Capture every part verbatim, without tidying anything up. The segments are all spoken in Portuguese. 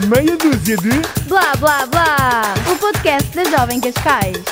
Meia dúzia de... Blá Blá Blá, o podcast da Jovem Cascais.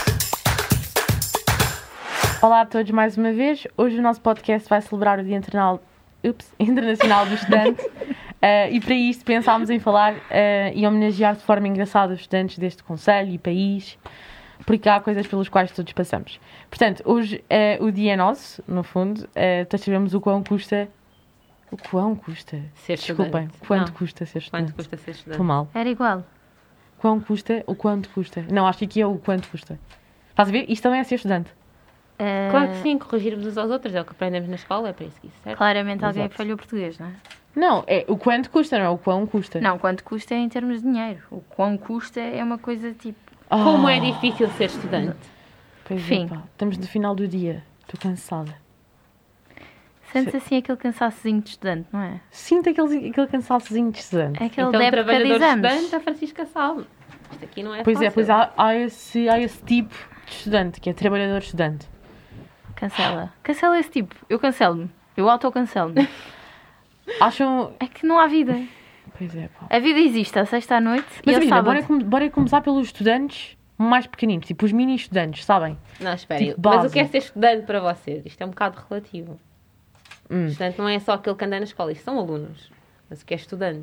Olá a todos mais uma vez. Hoje o nosso podcast vai celebrar o Dia Internacional, Ups, Internacional do Estudante uh, e para isto pensámos em falar uh, e homenagear de forma engraçada os estudantes deste concelho e país, porque há coisas pelas quais todos passamos. Portanto, hoje uh, o dia é nosso, no fundo. Uh, todos sabemos o quão custa... O quão custa? Ser Desculpem, estudante. quanto Não. custa ser estudante? Quanto custa ser estudante? Estou mal. Era igual. Quão custa? O quanto custa? Não, acho que aqui é o quanto custa. Estás a ver? Isto também é ser estudante. Uh, Claro que sim, corrigirmos uns aos outros, é o que aprendemos na escola, é para isso que isso serve. Claramente alguém Exato. falhou português, não é? Não, é o quanto custa, não é o quão custa. Não, quanto custa é em termos de dinheiro. O quão custa é uma coisa tipo... Ah, Como é difícil ser estudante. Pois Fim. é, pá. Estamos no final do dia. Estou cansada. Sentes assim aquele cansaçozinho de estudante, não é? Sinto aquele, aquele cansaçozinho de estudante. É aquele Então, de época de trabalhador exames. estudante, a Francisca Salve. Isto aqui não é Pois fácil. é, pois há, há, esse, há esse tipo de estudante, que é trabalhador estudante. Cancela. Cancela esse tipo. Eu cancelo-me. Eu autocancelo-me. Acham... É que não há vida. Pois é, pá. A vida existe à sexta à noite Mas e ao imagina, sábado. bora, come- bora começar pelos estudantes mais pequeninos, tipo os mini estudantes, sabem? Não, espera, Tipo mas base. o que é ser estudante para vocês? Isto é um bocado relativo. Hum. Estudante não é só aquele que anda na escola, isto são alunos. Mas o que é estudante?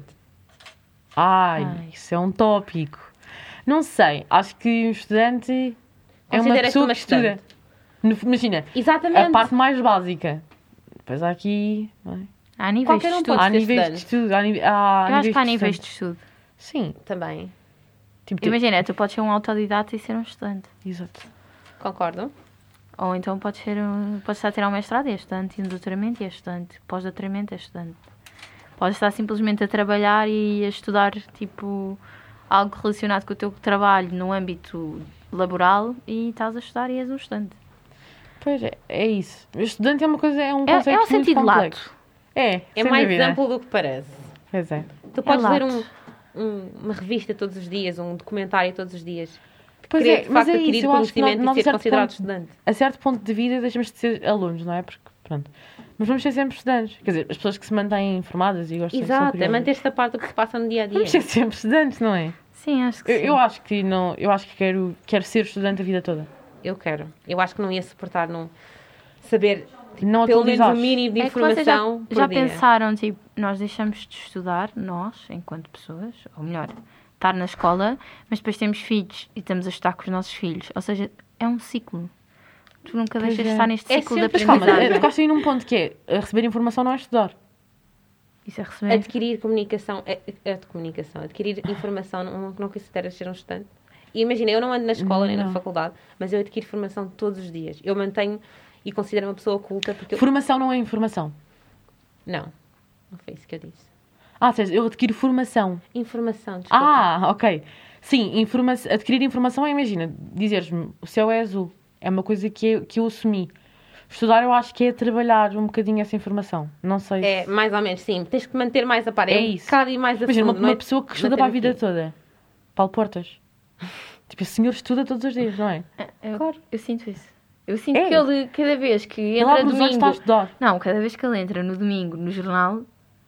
Ai, Ai. isso é um tópico. Não sei, acho que um estudante é uma Consideras-te pessoa uma que estuda. estudante? No- imagina, Exatamente. a parte mais básica. Depois há aqui... não é? Há níveis Qualquer de um estudo. pode Há ser níveis de estudante. estudo. Há, níveis, há Eu acho que há de níveis estudante. de estudo. Sim. Também. Tipo, tipo, Imagina, tu podes ser um autodidata e ser um estudante. exato. Concordo? Ou então podes, ser um, podes estar a tirar um mestrado e é estudante, e um doutoramento e é estudante, pós-doutoramento é estudante. Podes estar simplesmente a trabalhar e a estudar, tipo, algo relacionado com o teu trabalho no âmbito laboral e estás a estudar e és um estudante. Pois é, é isso. O estudante é uma coisa, é um É, conceito é um muito sentido complexo. lato. É, É sem mais dúvida. amplo do que parece. Pois é. Tu podes ler lato. um, um- uma revista todos os dias, um documentário todos os dias. Pois Querer, é, de mas facto, é adquirir isso. Eu acho que nós, conhecimento nós e a, ser certo considerado ponto, estudante. a certo ponto de vida deixamos de ser alunos, não é? Porque, pronto. Mas vamos ser sempre estudantes. Quer dizer, as pessoas que se mantêm informadas e gostam de Exato, é manter-se a parte do que se passa no dia a dia. Vamos ser sempre estudantes, não é? Sim, acho que Eu, sim. eu acho que não, eu acho que quero, quero ser estudante a vida toda. Eu quero. Eu acho que não ia suportar não saber Não pelo menos atualizares. o mínimo de É que vocês já, informação por já dia. pensaram, tipo, nós deixamos de estudar, nós, enquanto pessoas, ou melhor, estar na escola, mas depois temos filhos e estamos a estudar com os nossos filhos. Ou seja, é um ciclo. Tu nunca Pois deixas de é. estar neste É ciclo de sempre- Mas calma, aprendizagem. tocaste aí num ponto que é receber informação não é estudar. Isso é receber. Adquirir comunicação, é, é de comunicação, adquirir informação não, não consideras ser um estudante. E imagina, eu não ando na escola nem na Não. faculdade, mas eu adquiro formação todos os dias. Eu mantenho e considero uma pessoa culta porque eu... Formação não é informação. Não, não foi isso que eu disse. Ah, seja, eu adquiro formação. Informação, desculpa. Ah, ok. Sim, informa adquirir informação é, imagina, dizeres-me o céu é azul. É uma coisa que eu, que eu assumi. Estudar eu acho que é trabalhar um bocadinho essa informação. Não sei se... É, mais ou menos, sim. Tens que manter mais a par. É É isso. um bocado e mais a Imagina, uma, fundo, não uma é? pessoa que estuda manter para a vida aqui. toda. Paulo Portas. Tipo, o senhor estuda todos os dias, não é? Eu, Claro. eu sinto isso. Eu sinto É. que ele, cada vez que Ele entra abre os olhos e está a domingo... estudar. Não, cada vez que ele entra no domingo, no jornal,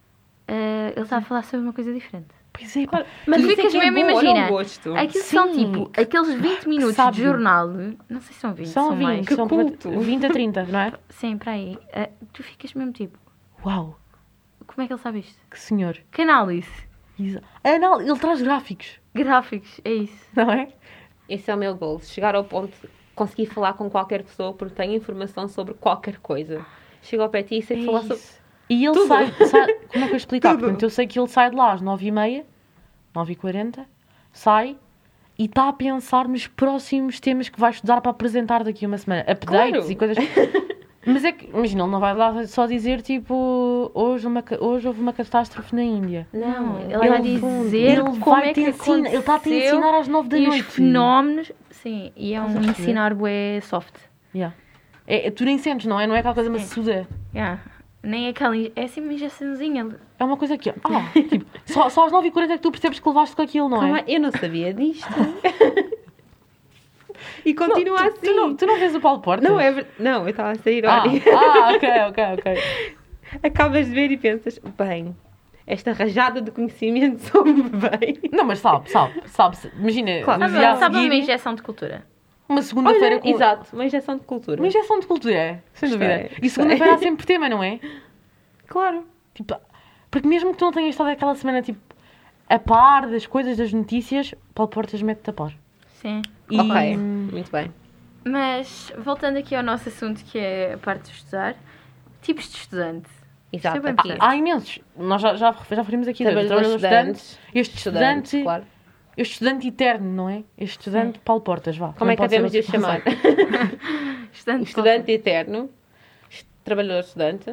eh, ele está a falar sobre uma coisa diferente. Pois é, pá. Mas Tu ficas dizes que é mesmo, bom, imagina, eu não gosto. aquilo são Sim, tipo, que- aqueles vinte minutos sabe. de jornal, não sei se são vinte, São são mais. vinte, Que são culto. vinte a trinta, não é? Sim, para aí. Eh, tu ficas mesmo tipo, Uau, como é que ele sabe isto? que senhor. Que análise? Exa- Ah, não, ele traz gráficos, Gráficos, é isso. não é? Esse é o meu goal. Chegar ao ponto de conseguir falar com qualquer pessoa porque tenho informação sobre qualquer coisa. Chego ao pé de ti e sei É falar sobre... isso. E ele Tudo. sai, sai- como é que eu explicar? Tudo. Portanto, eu sei que ele sai de lá às nove e meia, nove e quarenta, sai e está a pensar nos próximos temas que vai estudar para apresentar daqui a uma semana. Updates Claro. e coisas... Mas é que, imagina, ele não vai lá só dizer, tipo, hoje, uma, ca- hoje houve uma catástrofe na Índia. Não, ele ele vai fundo. dizer Ele como vai é te que ensina- ele está a te aconteceu ensinar às nove da e noite. os fenómenos. Sim, e é Estás a um perceber? ensinar bué soft. Yeah. É, é- tu nem sentes, não é? Não é aquela coisa maçuda. Yeah. Nem aquela... É assim uma injeçãozinha. É uma coisa que, ah, tipo, só, só às nove e quarenta é que tu percebes que levaste com aquilo, não Calma, é? eu não sabia disto. E continua tu, assim. Tu não, tu não vês o Paulo Portas? Não, é ver- não, eu estava a sair, Ah, olha. ah, ok, ok, ok. Acabas de ver e pensas, bem, esta rajada de conhecimento soube bem. Não, mas sabe, sabe, sabe. Imagina, Claro. no Sabe, dia a sabe uma seguir, injeção de cultura? uma segunda-feira Olha, com... exato, uma injeção de cultura. Uma injeção de cultura, é, sem Gostei, dúvida. E gostei. segunda-feira há sempre tema, não é? Claro. Tipo, porque mesmo que tu não tenhas estado aquela semana, tipo, a par das coisas, das notícias, Paulo Portas mete-te a par. Sim. E... Ok, muito bem. Mas, voltando aqui ao nosso assunto, que é a parte de estudar, tipos de estudante. Exato. Isto é bem Aqui. importante. Há imensos. Nós já, já, já referimos aqui. Trabalhadores, estudantes. Este Estudantes, estudante, claro. este estudante eterno, não é? Este estudante Paulo Portas, vá. Como é que Também devemos pode de o ser chamar? Estudante, Estudante eterno, est- trabalhador estudante,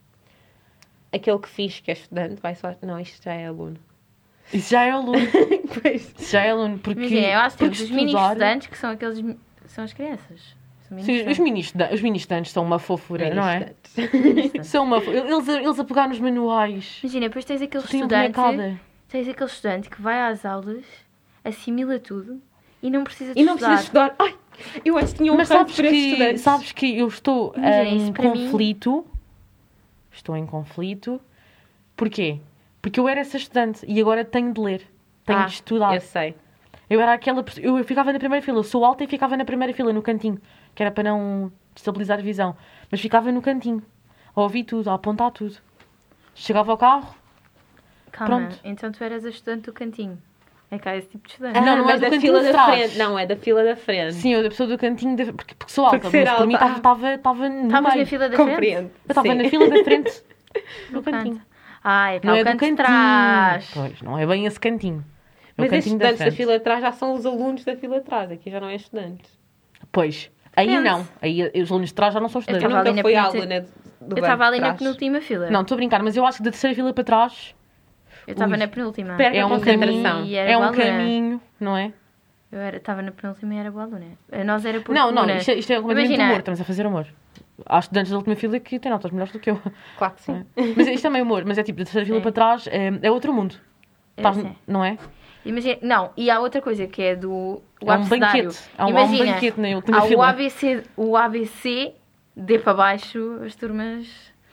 aquele que fiz que é estudante, vai só... Não, isto já é aluno. Isso já é aluno. Pois. Isso já é aluno. Porque, Imagina, eu acho que porque temos os mini estudar- estudantes, que são aqueles... São as crianças. São mini Sim, os estudantes. mini estudantes, os mini estudantes são uma fofura, não é? Estudantes. São uma fo- eles, a- eles a pegar nos manuais. Imagina, depois tens aquele Tem um estudante... bonecada. Tens aquele estudante que vai às aulas, assimila tudo e não precisa de E não estudar. precisa estudar. Ai, eu antes tinha um Mas ranço sabes por esses que, estudantes. sabes que eu estou Imagina, em isso para mim- conflito. Estou em conflito. Porquê? Porque eu era essa estudante e agora tenho de ler. Tenho Ah, de estudar. Eu sei. Eu era aquela pessoa- eu ficava na primeira fila, eu sou alta e ficava na primeira fila, no cantinho, que era para não destabilizar a visão. Mas ficava no cantinho, a ouvir tudo, a apontar tudo. Chegava ao carro, Calma, Pronto. então tu eras a estudante do cantinho. É cá esse tipo de estudante. Ah, não, não é mas do da cantinho fila de da trás. frente. Não, é da fila da frente. sim, eu da pessoa do cantinho, de- porque, porque sou alta, Porque ser mas por mim alta. estava estava no Estavas meio. na fila da frente? Compreendo. Eu estava Sim. na fila da frente, No no cantinho. canto. Ah, é cá Não o é do canto de cantinho. trás. Pois, não é bem esse cantinho. É o Mas estes cantinho da estudantes da, frente. fila de trás já são os alunos da fila de trás. Aqui já não é estudantes. Pois, aí Depende. não. Aí os alunos de trás já não são Eu estudantes. Eu estava ali nunca na fui penúltima- aluna do Eu banco estava ali de na trás. penúltima fila. Não, estou a brincar, mas eu acho que da terceira fila para trás Eu estava Ui. na penúltima. Perto é da um concentração. caminho, E era é boa um aluna. caminho, não é? Eu era- estava na penúltima e era boa aluna. A nós era por Não, não, coluna. isto é, isto é completamente Imagina- humor, estamos a fazer humor. Há estudantes da última fila que têm notas melhores do que eu. Claro que sim. Mas isto também é humor, mas é tipo, da terceira fila Sim. para trás é, é outro mundo. É, Estás- sim. não é? Imagina, não, e há outra coisa que é do o É um abecedário. banquete. Há um, há um Imagina, banquete na última há o fila. A B C, o A B C, D para baixo, as turmas...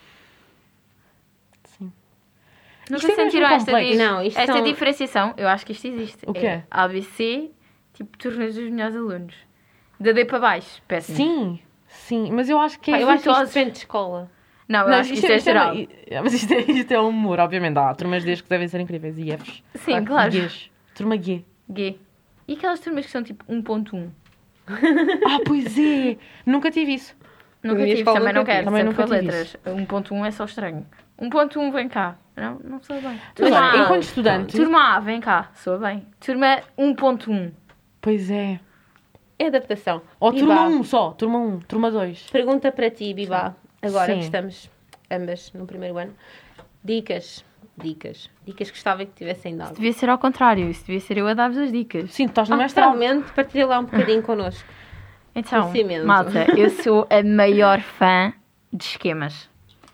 Sim. Nunca Isto é mesmo sentiram esta, complexo. di- Não, isto esta são- diferenciação? Eu acho que isto existe. O quê? É A B C, tipo, turmas dos melhores alunos. Da D para baixo, péssimo. Sim, sim, mas eu acho que é. Pá, eu acho que isto virtuosos. depende de escola. Não, eu Não, acho que isto é geral. é- mas isto é, isto é humor, obviamente. Há turmas destes que devem ser incríveis e Fs. Sim, claro. Gs. Turma G. G. E aquelas turmas que são tipo um ponto um? Ah, pois é! Nunca tive isso. Nunca minha tive, escola também nunca não quero. tive. Também Sempre nunca foi tive letras. um ponto um é só estranho. um ponto um vem cá. Não, não sou bem. Mas Turma olha, A. enquanto estudante. Turma A, vem cá. Sou bem. Turma um ponto um. Pois é. É adaptação. Ou Bibá, turma um só, turma um, turma dois. Pergunta para ti, Bibá. Agora Sim. que estamos ambas no primeiro ano. Dicas. Dicas. Dicas que gostava que tivessem dado. Devia ser ao contrário. Isso devia ser eu a dar-vos as dicas. Sim, tu estás no Ah, mestrado. Realmente, partilha lá um bocadinho connosco. Então, Conhecimento. malta, eu sou a maior fã de esquemas.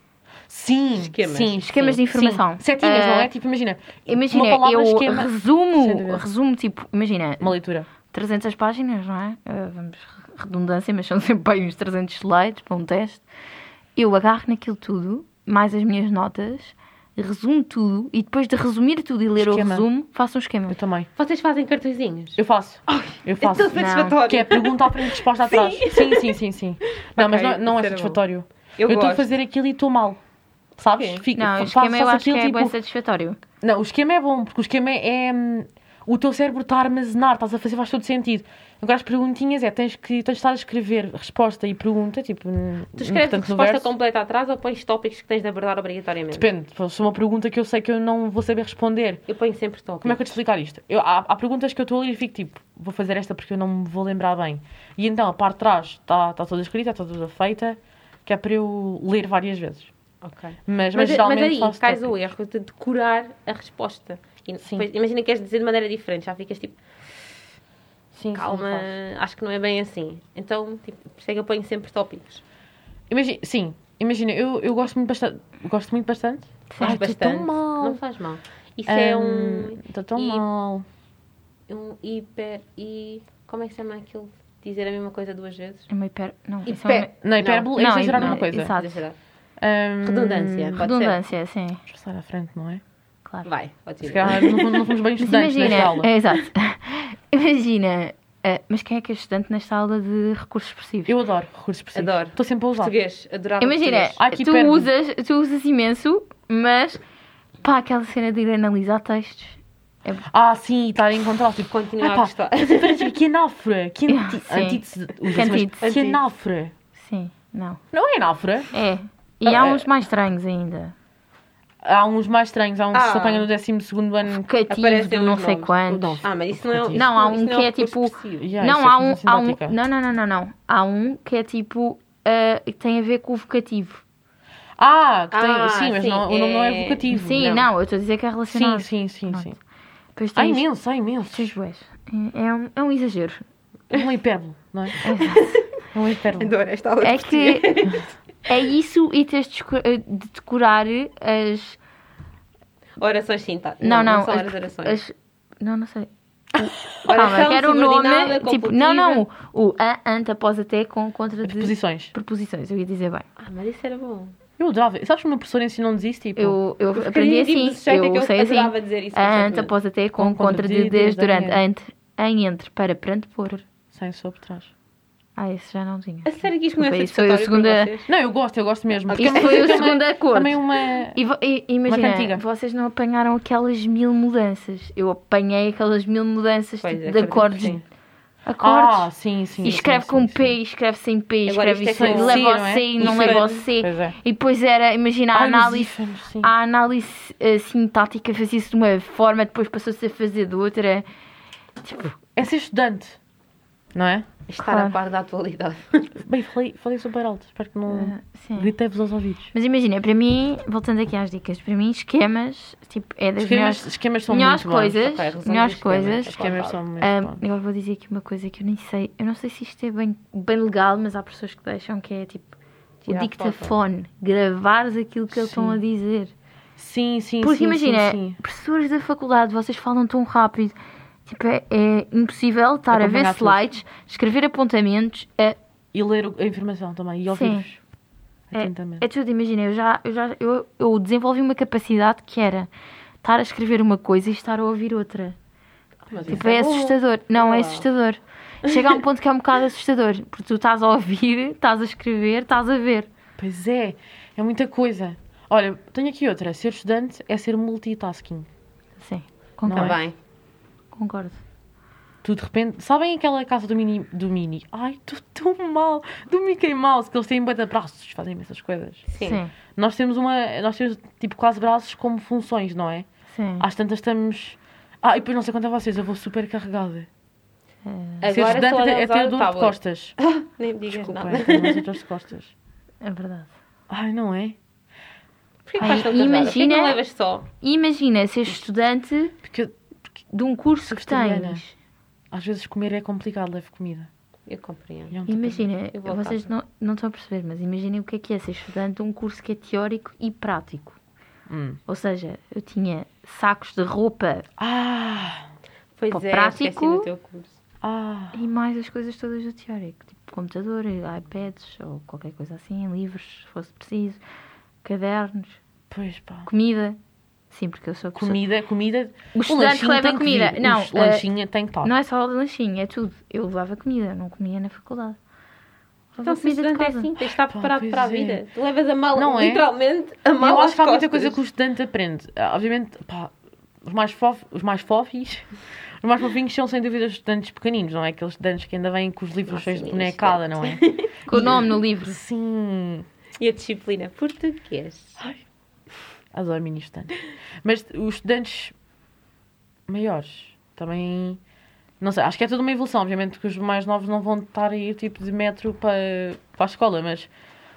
Sim, Esquemas. sim. Esquemas sim, de informação. Sim. Setinhas, Ah, não é? Tipo, imagina. Imagina, uma palavra eu esquema. Sem resumo, dúvida. resumo, tipo, imagina, Uma leitura. trezentas páginas, não é? Uh, vamos, redundância, mas são sempre aí uns trezentos slides para um teste. Eu agarro naquilo tudo, mais as minhas notas, resumo tudo e depois de resumir tudo e ler Esquema. o resumo, faço um esquema. Eu também. Vocês fazem cartõezinhos? Eu faço. Eu É faço. tão satisfatório. Que é pergunta à frente, resposta atrás. Sim, sim, sim, sim. Não, mas Ok, não, não é isso era satisfatório. Eu Eu estou a gosto. fazer aquilo e estou mal. Sabes? Sim. Fico, Não, o faço, esquema eu faço acho que aquilo, é tipo, bem satisfatório. Não, o esquema é bom, porque o esquema é... é, hum, o teu cérebro está a armazenar, estás a fazer, faz todo sentido. Agora as perguntinhas é, tens que, tens de estar a escrever resposta e pergunta, tipo... Tu escreves a resposta completa atrás ou pões tópicos que tens de abordar obrigatoriamente? Depende, se é uma pergunta que eu sei que eu não vou saber responder. Eu ponho sempre tópicos. Como é que eu te explicar isto? Eu, há, há perguntas que eu estou a ler e fico tipo, vou fazer esta porque eu não me vou lembrar bem. E então a parte de trás está tá toda escrita, está toda feita, que é para eu ler várias vezes. Ok. Mas, mas, Mas, geralmente mas aí faço cais tópicos. o erro de decorar a resposta. E Sim. depois, imagina que queres dizer de maneira diferente, já ficas tipo, Sim, calma, sim, faço. acho que não é bem assim. Então, tipo, por isso é que eu ponho sempre tópicos. Imagina, sim, imagina, eu, eu gosto muito bastante. Gosto muito bastante. Faz Ai, estou bastante. tão mal. Não faz mal. Isso é um, Estou tão e- mal. um hiper e... Como é que se chama aquilo? Dizer a mesma coisa duas vezes? É uma hiper... Não, isso é Hiper... uma... Não, hipérbole é Não, exagerar não, uma coisa. exato. Exagerar. Hum, Redundância. Pode Redundância, sim. Vamos passar à frente, não é? claro. Vai, pode Se ir. calhar não, não fomos bem Mas estudantes imagina, nesta aula. é, exato. Imagina, eh, mas quem é que é estudante nesta aula de recursos expressivos? Eu adoro recursos expressivos. Adoro. Estou sempre a usar. Português, adorava Imagina, português. Ai, que tu hiperbo. usas, tu usas imenso, mas pá, aquela cena de ir analisar textos. Ah, sim, e estar a encontrar, tipo, Continuar ah, a pá, gostar. mas espera, que anáfora, que Yeah, anti- sim. antítese, Que usa-se, mas antítese. que anáfora. Sim, não. Não é anáfora? É. E Ah, há é. uns mais estranhos ainda. Há uns mais estranhos, há uns que Ah. se apanham no décimo segundo ano. Cativo Aparecem de não os sei nomes. quantos. Ah, mas isso não é Não, isso há um isso que não é recurso tipo- expressivo. Yeah, Não, isso é há um, função há um. sintática. Não, não, não, não, não. Há um que é tipo. ah, que tem a ver com o vocativo. Ah, que tem, Ah, sim, mas sim, não- o nome não é é- vocativo. Sim, não. não. eu estou a dizer que é Sim, relacionado. sim, sim, Pronto. sim. Depois Há tens, imenso, há imenso. tens bués. É, é um, é um exagero. É uma hipérbole, não é? É exato. É uma hipérbole. Adoro esta aula de É que português. é isso e tens de esco- de decorar as. Orações sintáticas. Não, não. Não são as- as orações. as- não, não sei. Oração Calma, quero o subordinada, nome. Tipo, compulsiva. não, não. O a, ante, após, até, com, contra de. Preposições. Preposições, eu ia dizer bem. Ah, mas isso era bom. Eu adorava. Sabes que o meu professor ensinou-nos isso? Tipo, Eu, eu Porque aprendi eu digo assim. desse jeito é que Eu eu sei assim. adorava dizer isso A, ante, constantemente. após, até, com, Com, contra contra, de, de, desde, desde, durante. em, Ante, em, entre, para, perante, por. sem sobre trás. Ah, esse já não tinha. A sério que isto não é Desculpa, isso foi a satisfatório para segunda- vocês? Não, eu gosto, eu gosto mesmo. Ok. Porque Isso foi o também- segundo acordo. Também uma... E, vo- e- Uma imagina, cantiga. vocês não apanharam aquelas mil mudanças. Eu apanhei aquelas mil mudanças Pois, tipo, de acredito que acordes. sim. Acordes. Ah, sim, sim. e escreve sim, com sim, P, sim. escreve sem P, Agora escreve isto é isso, com leva C, o não é? C e não Isso leva é- o C. Pois é. E depois era, imagina, a Ai, os análise, ífanes, sim. a análise eh, sintática fazia-se de uma forma, depois passou-se a fazer de outra. Tipo, É ser estudante, não é? Estar Claro. a par da atualidade. Bem, falei, falei super alto. Espero que não eh, sim. gritei-vos aos ouvidos. Mas imagina, para mim, voltando aqui às dicas, para mim, esquemas, tipo, é das Esquemas, melhores, esquemas são melhores muito bons. coisas. Ok, resumos melhores e esquemas. coisas. Esquemas são muito Ah, bons. agora vou dizer aqui uma coisa que eu nem sei. Eu não sei se isto é bem, bem legal, mas há pessoas que deixam que é tipo o Tirar dictafone, gravares aquilo que eles Sim. estão a dizer. Sim, sim, Porque sim, imagina, sim, sim. professores da faculdade, vocês falam tão rápido. Tipo, é, é impossível estar a ver Acompanhar tudo. slides, escrever apontamentos. É, E ler o- a informação também. E ouvir-vos. Atentamente. é tudo, imagina, eu já, eu já eu, eu desenvolvi uma capacidade que era estar a escrever uma coisa e estar a ouvir outra. Mas Tipo, isso é bom. assustador. Não, é Ah. assustador. Chega a um ponto que é um bocado assustador. Porque tu estás a ouvir, estás a escrever, estás a ver. Pois é, é muita coisa. Olha, tenho aqui outra. Ser estudante é ser multitasking. Sim, Não concordo. é? Também. Concordo. Tu de repente... Sabem aquela casa do Mini? Do Mini? Ai, estou tão mal. Do Mickey Mouse, que eles têm muitos braços, fazem imensas coisas. Sim. Sim, Nós temos uma... Nós temos, tipo, quase braços como funções, não é? sim. Às tantas estamos... Ah, e depois não sei quanto a vocês, eu vou super carregada. Ser Agora estudante só é, é a usar ter o dor de tablet. costas. Nem me digas Desculpa, nada. tenho umas dores de costas. É verdade. Ai, não é? Porquê que Ai, faz tanta imagina... Porquê que imagina- não levas só? E imagina ser estudante Porque de um curso que Vegetariana. tens. às vezes comer é complicado, levo comida. Eu compreendo. E é um tipo- Imagina, Eu vou a vocês casa. não, não estão a perceber, mas imaginem o que é que é ser estudante de um curso que é teórico e prático. Hum. Ou seja, eu tinha sacos de roupa Ah! Pois Para o é, prático- esqueci no teu curso. Ah! e mais as coisas todas do teórico. Tipo computador, iPads ou qualquer coisa assim, livros, se fosse preciso, cadernos, Pois pá. comida. Sim, porque eu sou pessoa- Comida, comida. O estudante que leva tem que comida. vir. Não, O eh, lanchinho tem que estar. não é só o lanchinho, é tudo. Eu levava comida, não comia na faculdade. Levava Então, se estudante é assim, tens de estar Pá, preparado pois para a é. vida. Tu levas a mala, Não é? literalmente, a E mala eu às acho que há muita costas. coisa que o estudante aprende. Ah, Obviamente, pá, os mais, fof, os mais fofis, os mais fofinhos são sem dúvida os estudantes pequeninos, não é? Aqueles estudantes que ainda vêm com os livros Nossa, cheios de sim, bonecada, não é? Com o nome no livro. Sim. E a disciplina, português. Adoro mini estudantes. Mas os estudantes maiores também. Não sei, acho que é toda uma evolução. Obviamente que os mais novos não vão estar a ir tipo de metro para, para a escola, mas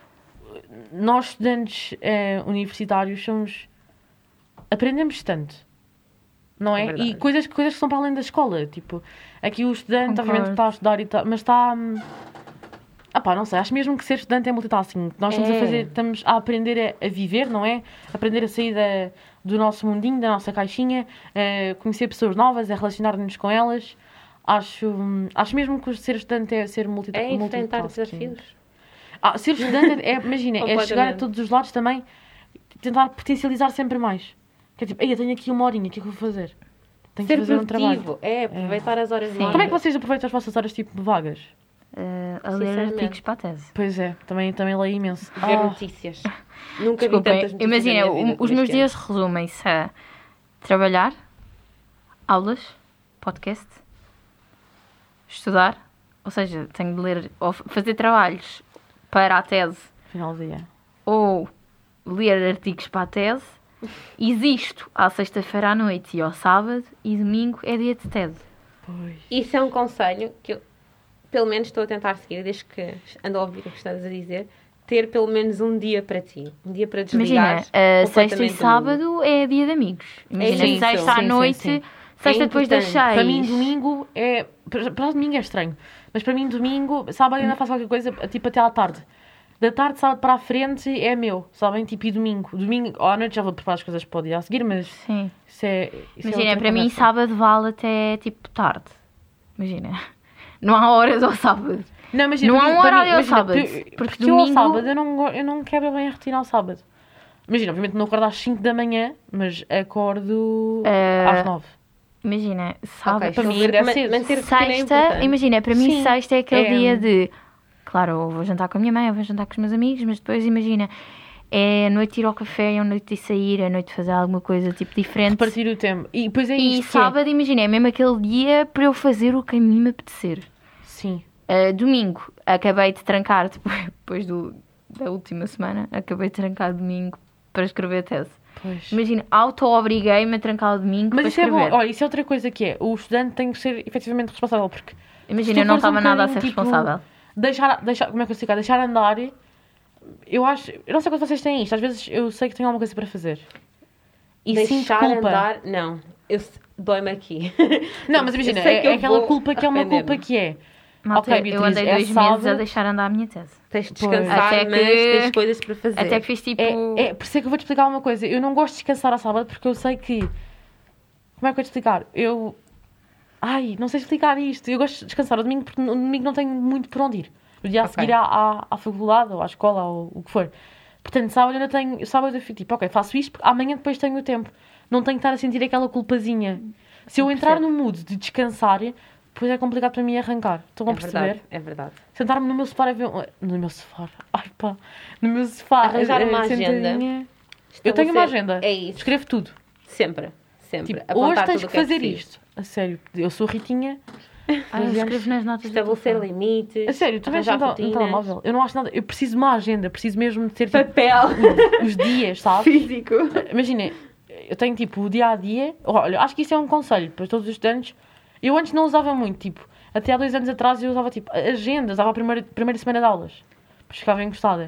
nós estudantes eh, universitários somos. Aprendemos tanto. Não É é? verdade. E coisas, coisas que são para além da escola. Tipo, aqui o estudante, Concordo. obviamente, está a estudar e tal, mas está. hum, Ah pá, não sei, acho mesmo que ser estudante é multitasking. Nós estamos É. a fazer, estamos a aprender a, a viver, não é? Aprender a sair da, do nosso mundinho, da nossa caixinha, a conhecer pessoas novas, a relacionar-nos com elas. Acho, hum, acho mesmo que ser estudante é ser multita É enfrentar multitasking. desafios. Ah, ser estudante é, imagina, é chegar a Completamente. todos os lados também, tentar potencializar sempre mais. Que é tipo, ei, eu tenho aqui uma horinha, o que é que eu vou fazer? Tenho Ser que fazer um trabalho. produtivo. É, aproveitar as horas Sim. vagas. Como é que vocês aproveitam as vossas horas, tipo, vagas? Uh, a ler Sinceramente. artigos para a tese. Pois é, também, também leio imenso. Ver Ah, notícias. Nunca vi Desculpem, tantas notícias imagina, na minha vida o- como os meus este ano. dias resumem-se a trabalhar, aulas, podcast, estudar, ou seja, tenho de ler ou f- fazer trabalhos para a tese final do dia. ou ler artigos para a tese. Existo à sexta-feira à noite e ao sábado, e domingo é dia de tese. Pois. Isso é um conselho que eu, pelo menos, estou a tentar seguir, desde que ando a ouvir o que estás a dizer. Ter pelo menos um dia para ti. Um dia para desligar. Imagina, a sexta e completamente do mundo. sábado é dia de amigos. Imagina, isso. sexta Sim, à sim, noite, sim. sexta É depois das importante. seis. Para mim, domingo é... Para para nós, domingo é estranho. Mas para mim, domingo... Sábado ainda faço qualquer coisa, tipo, até à tarde. Da tarde, sábado para a frente, é meu. Sabem? Tipo, e domingo. Domingo, ou à noite já vou preparar as coisas para o dia a seguir, mas Sim. isso é... Isso é Imagina, outra para mim conversa. sábado vale até tipo tarde. Imagina. Não há horas ao sábado. Não, imagina, Não para há mim- um para horário mim- ao imagina, sábado, Porque, porque porque eu ao domingo- sábado eu não, go- eu não quebro bem a rotina ao sábado. Imagina, obviamente não acordo às cinco da manhã, mas acordo Eh, às nove. Imagina, sábado. Ok, para mim, estou a ver. é Ma- cedo. Manter rotina é Sexta, importante. imagina, para mim Sim. sexta é aquele É. dia de... Claro, eu vou jantar com a minha mãe, eu vou jantar com os meus amigos, mas depois imagina, é a noite de ir ao café, é a noite de sair, é a noite de fazer alguma coisa tipo diferente. Repartir o tempo. E depois é E isto que é. sábado, imagina, é mesmo aquele dia para eu fazer o que a mim me apetecer. Sim. Uh, domingo, acabei de trancar, depois, depois do, da última semana, acabei de trancar domingo para escrever a tese. Pois. Imagina, auto-obriguei-me a trancar o domingo Mas para isso é escrever. bom. Olha, isso é outra coisa que é. O estudante tem que ser efetivamente responsável, porque Imagina, se eu tu não fores um estava nada a ser bocadinho, tipo, responsável. deixar, deixar, como é que eu explicar? Deixar andar, eu acho, eu não sei quando vocês têm isto, às vezes eu sei que tenho alguma coisa para fazer. E sinto Deixar culpa. andar, não. Eu s- dói-me aqui. Não, mas imagina, Eu sei é, que eu é aquela vou culpa que é uma arrepender-me. culpa que é. Malta, Ok, eu Beatriz, andei é dois meses sábado. a deixar andar a minha tese. Tens de Pois. descansar, Até mas que- tens coisas para fazer. Até que fiz tipo... É, é, por isso é que eu vou-te explicar uma coisa. Eu não gosto de descansar ao sábado porque eu sei que... Como é que eu vou te explicar? Eu... Ai, não sei explicar isto. Eu gosto de descansar ao domingo porque no domingo não tenho muito por onde ir. No dia a Ok. seguir à, à, à faculdade ou à escola ou o que for. Portanto, sábado eu ainda tenho... Sábado eu fico tipo, ok, faço isto porque amanhã depois tenho o tempo. Não tenho que estar a sentir aquela culpazinha. Se eu entrar Percebo. no mood de descansar, depois é complicado para mim arrancar. Estão a É perceber? verdade, é verdade. Sentar-me no meu sofá a ver... um- No meu sofá. Ai pá. No meu sofá. Arranjar eh, uma agenda. sentadinha. Eu tenho uma Estabelecer- agenda. É isso. Escrevo tudo. Sempre. Sempre. Tipo, hoje Apontar tens tudo o que é fazer preciso. isto. A sério. Eu sou Ritinha. Ah, eu doze anos. escrevo nas notas do Estabelecer telefone. limites. A sério, tu vês no, arranjar no rotinas. telemóvel. Eu não acho nada. Eu preciso de uma agenda. Preciso mesmo de ter tipo, Papel. os dias, sabes? Físico. Imagina, eu tenho tipo o dia a dia. Olha, acho que isso é um conselho para todos os estudantes. Eu antes não usava muito, tipo, até há dois anos atrás eu usava tipo agenda, usava a primeira, primeira semana de aulas, porque ficava encostada.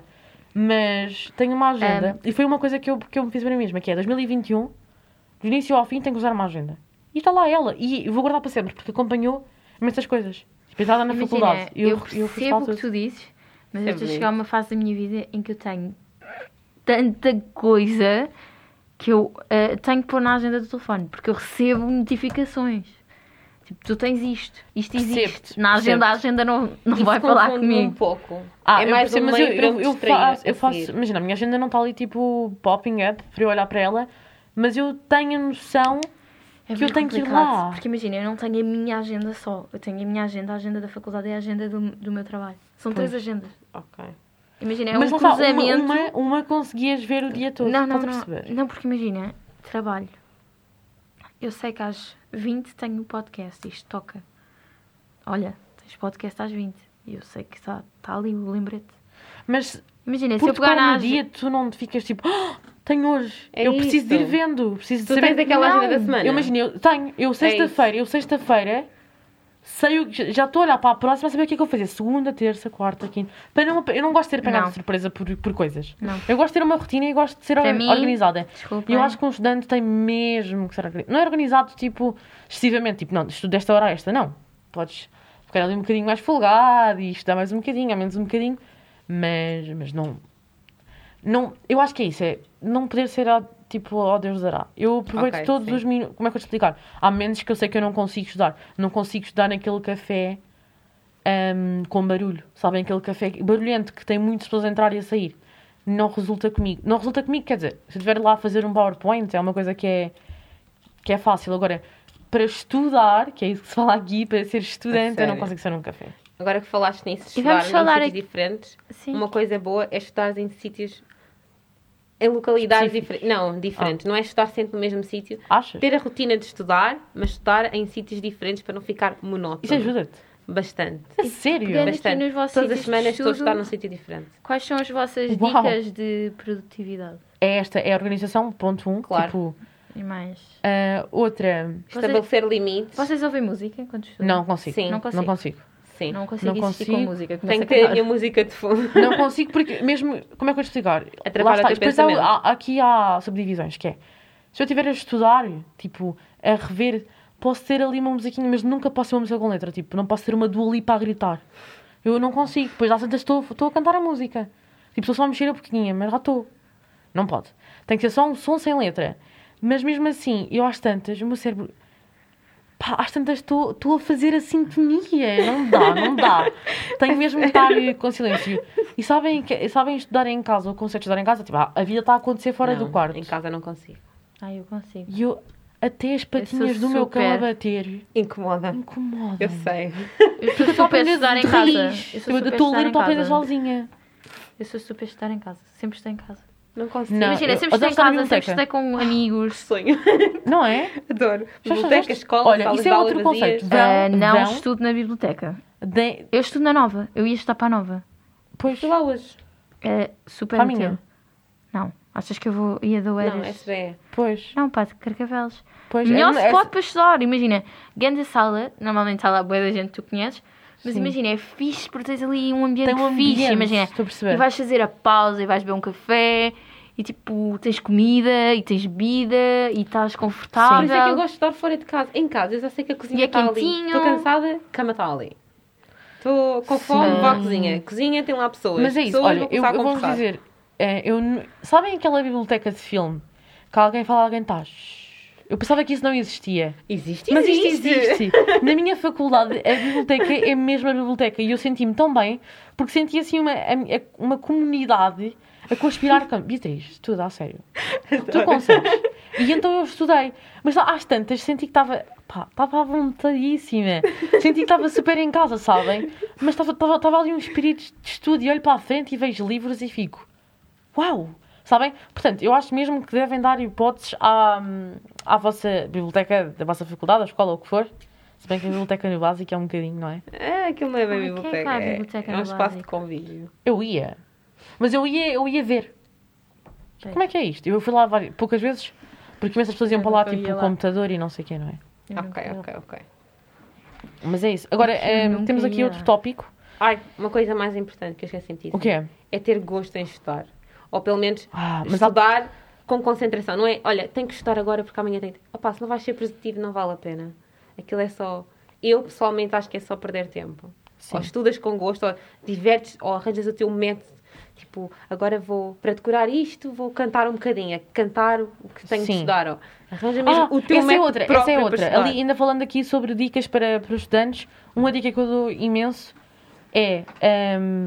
Mas tenho uma agenda e foi uma coisa que eu, que eu me fiz para mim mesma, que é dois mil e vinte e um, do início ao fim tenho que usar uma agenda. E está lá ela, e eu vou guardar para sempre, porque acompanhou imensas coisas. Tipo, entrada na Imagina, faculdade. eu, eu fui percebo o para que tu dizes, mas É eu estou a bonito. chegar a uma fase da minha vida em que eu tenho tanta coisa que eu eh, tenho que pôr na agenda do telefone, porque eu recebo notificações. Tipo, tu tens isto, isto existe. Percebo-te, Na agenda, a percebo-te. agenda não, não Isso vai falar confunde-me comigo. um pouco. Ah, é eu mais percebo, um mas meio eu, para eu, me eu, distrair faço, a eu faço. seguir. Imagina, a minha agenda não está ali tipo popping up para eu olhar para ela, mas eu tenho a noção. É que eu bem tenho que ir complicado, lá. Porque imagina, eu não tenho a minha agenda só. Eu tenho a minha agenda, a agenda da faculdade e a agenda do, do meu trabalho. São Pois. três agendas. Ok. Imagina, é mas um lá está, uma, cruzamento. uma, uma conseguias ver o dia todo. Não, não, estás a não. perceber? Não, porque imagina, trabalho. Eu sei que às vinte tenho o podcast, isto toca. Olha, tens podcast às vinte. E eu sei que está tá ali o lembrete. Mas Imagina, se por eu pegar tocar na no ag- dia, tu não te ficas tipo, "Ah, tenho hoje, É eu preciso de ir isso. vendo, preciso de Tu saber. tens aquela Não, agenda da semana? Eu imagino, eu tenho, eu sexta-feira, eu sexta-feira, sei o que, já estou a olhar para a próxima a saber o que é que eu vou fazer, segunda, terça, quarta, quinta. Para não, eu não gosto de ser apanhada Não. de surpresa por, por coisas. Não. Eu gosto de ter uma rotina e gosto de ser Para or- mim, organizada. Desculpa. E eu acho que um estudante tem mesmo que ser organizado. Não é organizado, tipo, excessivamente, tipo, não, estudo desta hora a esta, não. Podes ficar ali um bocadinho mais folgado e estudar mais um bocadinho, a menos um bocadinho, mas, mas não, não... Eu acho que é isso, é não poder ser, ó, tipo, ó Deus dará. Eu aproveito Ok, todos sim. os minutos... Como é que eu te explicar? Há momentos que eu sei que eu não consigo estudar. Não consigo estudar naquele café hum, com barulho. Sabem? Aquele café barulhento que tem muitas pessoas a entrar e a sair. não resulta comigo. Não resulta comigo, quer dizer, se eu estiver lá a fazer um PowerPoint, é uma coisa que é, que é fácil. Agora, para estudar, que é isso que se fala aqui, para ser estudante, eu não sério? consigo ser num café. Agora que falaste nisso, E estudar vamos em falar sítios aqui- diferentes, Sim. uma coisa boa é estudar em sítios, em localidades Específicos. diferentes. Não, diferentes. Não é estudar sempre no mesmo sítio. Achas? Ter a rotina de estudar, mas estudar em sítios diferentes para não ficar monótono. Isso ajuda-te? Bastante. A sério? Pegando aqui Bastante. nos vossos Todas as sítios de semanas estou a estudo, estudar num sítio diferente. Quais são as vossas Uau. dicas de produtividade? É esta, é a organização, ponto um. Claro. Tipo, E mais? ah, outra, Estabelecer limites. Vocês ouvem música enquanto estudam? não consigo. Sim. Não consigo. Não consigo. Sim. Não consigo Não existir consigo. com música. Tenho Começo que a ter a cantar. minha música de fundo. Não consigo porque mesmo... Como é que eu vou te explicar? Atrapalha Lá está. o teu Depois há, pensamento. há- aqui há subdivisões, que é... Se eu estiver a estudar, tipo, a rever, posso ter ali uma musiquinha, mas nunca posso ter uma música com letra. Tipo, não posso ter uma Dua Lipa a gritar. Eu não consigo. Depois às tantas estou, estou a cantar a música. Tipo, estou só a mexer a boquinha, mas já estou. Não pode. Tem que ser só um som sem letra. Mas mesmo assim, eu às tantas, o meu cérebro... Pá, às tantas estou estou a fazer a sintonia. Não dá, não dá. Tenho mesmo que estar eh, com silêncio. E sabem, que, sabem estudar em casa, o conceito de estudar em casa? Tipo, ah, a vida está a acontecer fora Não, do quarto. Em casa não consigo. Ah, eu consigo. E eu, até as patinhas sou do meu cão a super- bater, Incomoda. incomoda. Eu sei. Eu sou Estou a super aprender estudar em de casa. raiz. Eu Eu sou super estou a ler, estudar em estou a aprender casa. sozinha. Eu sou super estudar em casa. Sempre estou em casa. Não consigo. Não. Imagina, eu sempre estou adoro em estar na casa, sempre biblioteca. estou com amigos. Sonho. Não é? Adoro. Já Biblioteca, fizeste? escola, Olha, salas isso é de aulas outro vazias. conceito. Verão, Ah, não verão. estudo na biblioteca. De... Eu estudo na nova. Eu ia estudar para a nova. Pois, Fui lá hoje. É super Para a útil. minha? Não. Achas que eu vou ia do Eras? Não, S B E. pois, Não, pá, de Carcavelos. pois. Melhor é, spot para estudar. Imagina, grande sala. Normalmente está lá boa da gente que tu conheces. Mas Sim. imagina, é fixe porque tens ali um ambiente, Tem um ambiente, fixe. Imagina, estou a perceber. e vais fazer a pausa e vais beber um café. E tipo, tens comida e tens bebida e estás confortável. Por isso é que eu gosto de estar fora de casa. Em casa, eu já sei que a cozinha E é está ali. quentinho. Estou cansada, cama está ali. Estou com fome, Sim. vou à cozinha. Cozinha tem lá pessoas. Mas é isso, pessoas, olha, vou eu, começar a eu vou-vos conversar. dizer, é, eu, n- sabem aquela biblioteca de filme que alguém fala, alguém está. Eu pensava que isso não existia. Existe, Mas isto existe. existe. Na minha faculdade, a biblioteca é mesmo a biblioteca e eu senti-me tão bem porque senti assim uma, a- uma comunidade a conspirar. com- Beatriz, estuda a sério. Tu consegues. E então eu estudei. Mas às tantas senti que estava. Pá, estava à vontadíssima. Senti que estava super em casa, sabem? Mas estava, estava, estava ali um espírito de estudo e olho para a frente e vejo livros e fico. Uau! Sabem? Portanto, eu acho mesmo que devem dar hipóteses à, à vossa biblioteca, da vossa faculdade, da escola, ou o que for. Se bem que a biblioteca no básico é um bocadinho, não é? É, aquilo não é bem Ai, quem é que biblioteca. vai à É, biblioteca é um no espaço básico? de convívio. Eu ia. Mas eu ia, eu ia ver. Como é que é isto? Eu fui lá várias, poucas vezes, porque imensas pessoas iam Eu para lá, nunca tipo, ia o lá. computador e não sei o quê, não é? Eu Ok, nunca- ok, ok. Mas é isso. Agora, Eu eh, nunca temos aqui ia. outro tópico. Ai, uma coisa mais importante que eu esqueci de dizer. O que é? É ter gosto em estudar. Ou pelo menos Ah, mas há- estudar com concentração. Não é, olha, tenho que estudar agora porque amanhã tenho que... Opa, se não vais ser positivo, não vale a pena. Aquilo é só... Eu, pessoalmente, acho que é só perder tempo. Sim. Ou estudas com gosto, ou divertes, ou arranjas o teu método. Tipo, agora vou, para decorar isto, vou cantar um bocadinho. É cantar o que tenho Sim. de estudar. Ó. Arranja mesmo Ah, o teu essa é método outra, próprio essa é para outra. estudar. Ali, ainda falando aqui sobre dicas para, para os estudantes, uma dica que eu dou imenso é ehm,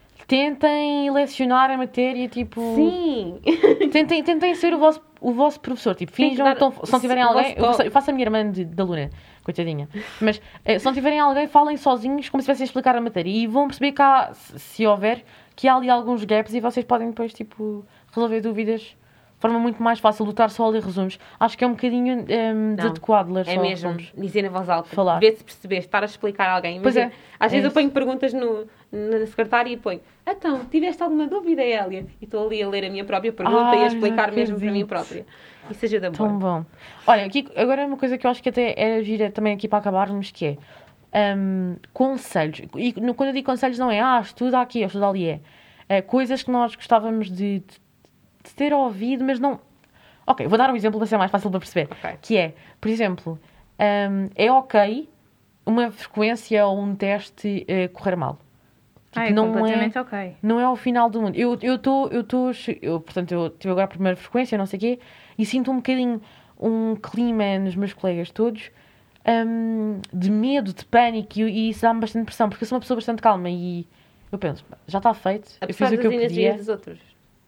tentem lecionar a matéria, tipo... Sim! Tentem, tentem ser o vosso, o vosso professor. Tipo, Tem que finjam dar- que estão- se não tiverem o alguém... vosso Eu faço, toque. eu faço a minha irmã de, de aluna, coitadinha. Mas eh, se não tiverem alguém, falem sozinhos como se estivessem a explicar a matéria. E vão perceber que há, se, se houver, que há ali alguns gaps e vocês podem depois, tipo, resolver dúvidas de forma muito mais fácil do que estar só a ler resumos. Acho que é um bocadinho ehm, desadequado ler É só mesmo resumos. dizer na voz alta. Falar. Ver se percebes, estar a explicar a alguém. Pois Imagina, é, às é vezes eu isso. ponho perguntas no, na secretária e ponho então, tiveste alguma dúvida, Hélia? E estou ali a ler a minha própria pergunta e a Ai, explicar não mesmo para mim acredito. própria. Isso ajuda Tão muito. bom. Olha, aqui, agora uma coisa que eu acho que até era gira também aqui para acabarmos, que é hum, conselhos. E no- quando eu digo conselhos não é, ah, estuda aqui ou estuda ali, é, é coisas que nós gostávamos de, de, de ter ouvido, mas não... Ok, vou dar um exemplo para ser mais fácil para perceber. Ok. Que é, por exemplo, hum, é ok uma frequência ou um teste eh, correr mal. Tipo, Ah, é não completamente ok. não é o final do mundo. Eu estou, eu estou, eu, tô che- eu, portanto, eu tive agora a primeira frequência, não sei o quê, e sinto um bocadinho um clima nos meus colegas todos hum, de medo, de pânico, e, e isso dá-me bastante pressão, porque eu sou uma pessoa bastante calma e eu penso, já está feito, eu Apesar fiz o das que eu energias podia. dos outros.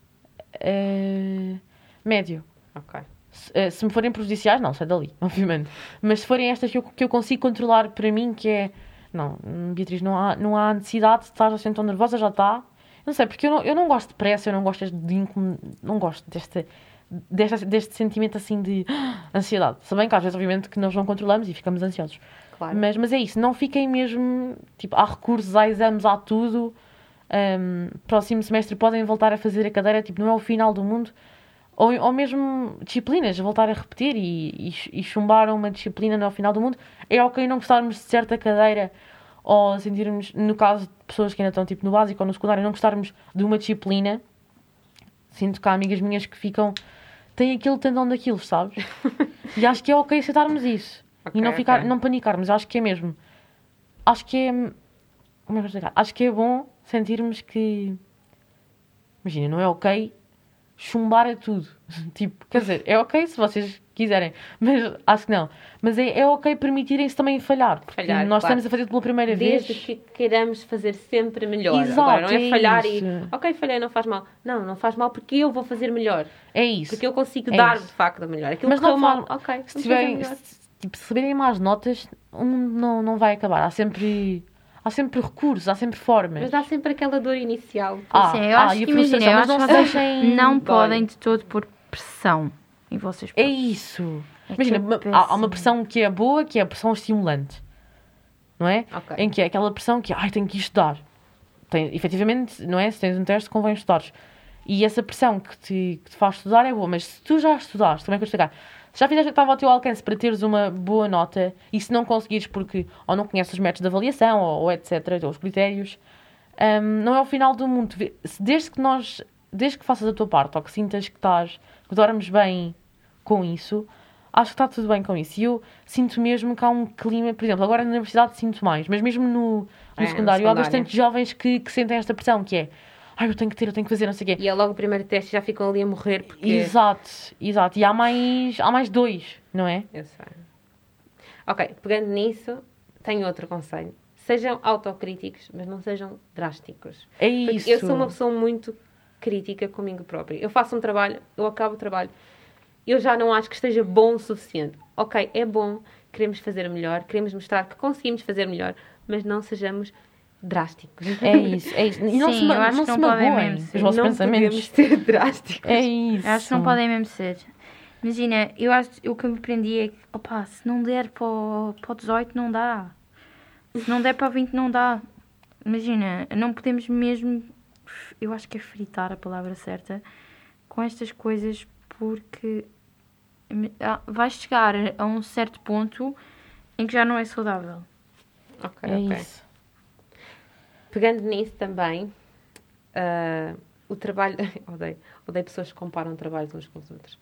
eh, médio. Ok. Se, eh, se me forem prejudiciais, não, sai dali, obviamente. Mas se forem estas que eu, que eu consigo controlar para mim, que é... Não, Beatriz, não há, não há necessidade de estar assim tão nervosa, já está. Não sei, porque eu não, eu não gosto de pressa, eu não gosto de incom... não gosto deste, deste, deste sentimento assim de ansiedade. Se bem que às vezes, obviamente, que nós não controlamos e ficamos ansiosos. Claro. Mas, mas é isso, não fiquem mesmo... Tipo, há recursos, há exames, há tudo. Um, próximo semestre podem voltar a fazer a cadeira, tipo, não é o final do mundo. Ou, ou mesmo disciplinas, voltar a repetir e, e, e chumbar uma disciplina no final do mundo. É ok não gostarmos de certa cadeira ou sentirmos, no caso de pessoas que ainda estão tipo, no básico ou no secundário, não gostarmos de uma disciplina. Sinto que há amigas minhas que ficam... têm aquilo tendão daquilo, sabes? E acho que é ok aceitarmos isso. Okay, e não, ficar, okay. não panicarmos. Acho que é mesmo. Acho que é... Como é que eu vou explicar? Acho que é bom sentirmos que... Imagina, não é ok... chumbar a tudo. Tipo, quer dizer, é ok se vocês quiserem, mas acho que não. Mas é, é ok permitirem-se também falhar. Porque falhar, nós claro. estamos a fazer pela primeira Desde vez. que queiramos fazer sempre melhor. Exato, Agora, não é, é falhar isso. e... Ok, falhei, não faz mal. Não, não faz mal porque eu vou fazer melhor. É isso. Porque eu consigo É dar, isso. de facto, o melhor. Aquilo Mas que correu não mal, fala- ok. Se, vamos tiverem, fazer melhor. se, tipo, se receberem más notas, o mundo não, não vai acabar. Há sempre, há sempre recursos, há sempre formas. Mas dá sempre aquela dor inicial. Ah, Sim, eu ah, acho e a que imagina, frustração, eu mas acho não que vocês deixem- não dói. podem de todo pôr pressão em vocês É próprios. isso. É que Imagina, é uma- há, péssimo. há uma pressão que é boa, que é a pressão estimulante. Não é? Ok. Em que é aquela pressão que, ai, tenho que ir estudar. Tem, efetivamente, não é? Se tens um teste, convém estudares. E essa pressão que te, que te faz estudar é boa, mas se tu já estudaste, como é que eu vou explicar? Se já fizeste o que estava ao teu alcance para teres uma boa nota, e se não conseguires porque ou não conheces os métodos de avaliação, ou, ou etcétera, ou os critérios, hum, não é o final do mundo. Se- Desde que nós, desde que faças a tua parte, ou que sintas que estás, que dormes bem com isso, acho que está tudo bem com isso. E eu sinto mesmo que há um clima, por exemplo, agora na universidade sinto mais, mas mesmo no, no É, no secundário há secundário. bastante jovens que, que sentem esta pressão, que é, ai, eu tenho que ter, eu tenho que fazer, não sei o quê. E é logo o primeiro teste e já ficam ali a morrer porque... Exato, exato. E há mais, há mais dois, não é? Eu sei. Ok, pegando nisso, tenho outro conselho. Sejam autocríticos, mas não sejam drásticos. É Porque isso. eu sou uma pessoa muito crítica comigo própria. Eu faço um trabalho, eu acabo o trabalho, eu já não acho que esteja bom o suficiente. Ok, é bom, queremos fazer melhor, queremos mostrar que conseguimos fazer melhor, mas não sejamos drásticos. É isso, é isso. E não Sim, se, ma- eu acho não que se não podem magoem mesmo os ser. vossos não pensamentos. podemos ser drásticos. É isso. Eu acho que não podem mesmo ser. Imagina, eu acho, o que eu aprendi é que, opa, se não der para o, para o dezoito, não dá. Se não der para o vinte, não dá. Imagina, não podemos mesmo, eu acho que é fritar a palavra certa, com estas coisas, porque ah, vais chegar a um certo ponto em que já não é saudável. Ok, É ok. isso. Pegando nisso também, ah, o trabalho... odeio, odeio pessoas que comparam trabalhos uns com os outros.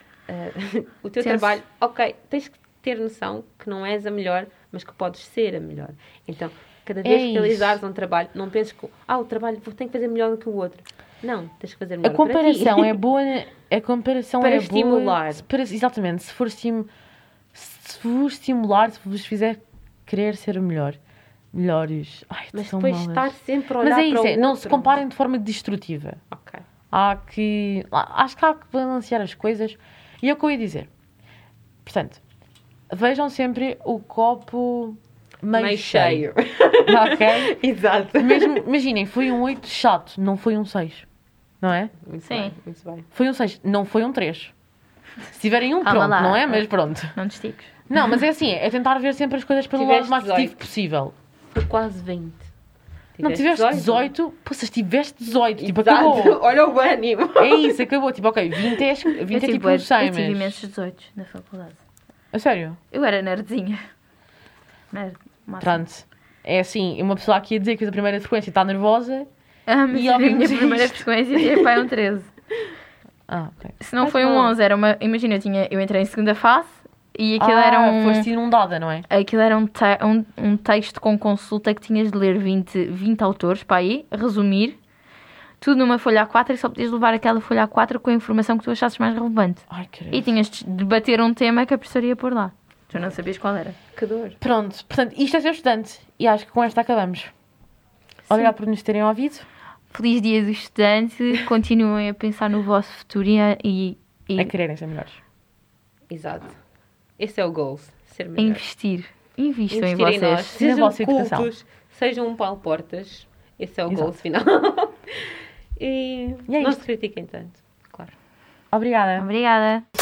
Ah, o teu Tenso. trabalho, ok, tens que ter noção que não és a melhor, mas que podes ser a melhor. Então, cada vez É que realizares um trabalho, não penses que ah, o trabalho tem que fazer melhor do que o outro. Não, tens que fazer A melhor comparação para ti. é boa, a comparação Para é estimular. boa. se- Para, exatamente, se for estim, se vos estimular, se vos fizer querer ser melhor, melhores. Ai, Mas são depois malas. estar sempre a olhar Mas é para isso, o é, não outro. se comparem de forma destrutiva. Ok. Há que. Acho que há que balancear as coisas. E é o que eu ia dizer. Portanto, vejam sempre o copo meio, Meio cheio. cheio. Ok? Exato. Mesmo, imaginem, foi um oito chato, não foi um seis. Não é? Muito Sim. bem, muito bem. Foi um seis, não foi um três. Se tiverem um, Calma pronto, lá. não é? Mas pronto. Não te estiques. Não, mas é assim, é tentar ver sempre as coisas pelo Tiveste lado mais positivo dezoito. possível. Foi quase vinte. Não tiveste dezoito, pô, se tiveste dezoito, tipo, Exato. acabou. Olha o ânimo. É isso, acabou. Tipo, ok, vinte é, vinte é eu tive, tipo um cem, eu tive mas... imensos dezoito na faculdade. A sério? Eu era nerdzinha. Nerd, máximo. Pronto. É assim, uma pessoa aqui a dizer que fez a primeira frequência está nervosa. Ah, mas E a ouvimos minha isto. primeira frequência tinha pai um treze. Ah, ok. Se não Mas foi um não. onze, era uma... Imagina, eu, tinha, eu entrei em segunda fase e aquilo ah, era um... foste inundada, não é? Aquilo era um, te- um, um texto com consulta que tinhas de ler vinte, vinte autores para aí, resumir, tudo numa folha A quatro e só podias levar aquela folha A quatro com a informação que tu achasses mais relevante. Ai, caralho. E tinhas de debater um tema que a professora ia pôr lá. Tu não sabias qual era. Que dor. Pronto, portanto, isto é ser estudante. E acho que com esta acabamos. Obrigada por nos terem ouvido. Feliz dia do estudante. Continuem a pensar no vosso futuro e, a- e, e A quererem ser melhores. Exato. Esse é o goal. Ser a melhor. investir. Invistam em Investir em nós. vocês. E na Sejam vossa educação. cultos. Sejam um Paulo Portas. Esse é o Exato. goal final. e E é não isto. se critiquem tanto. Claro. Obrigada. Obrigada.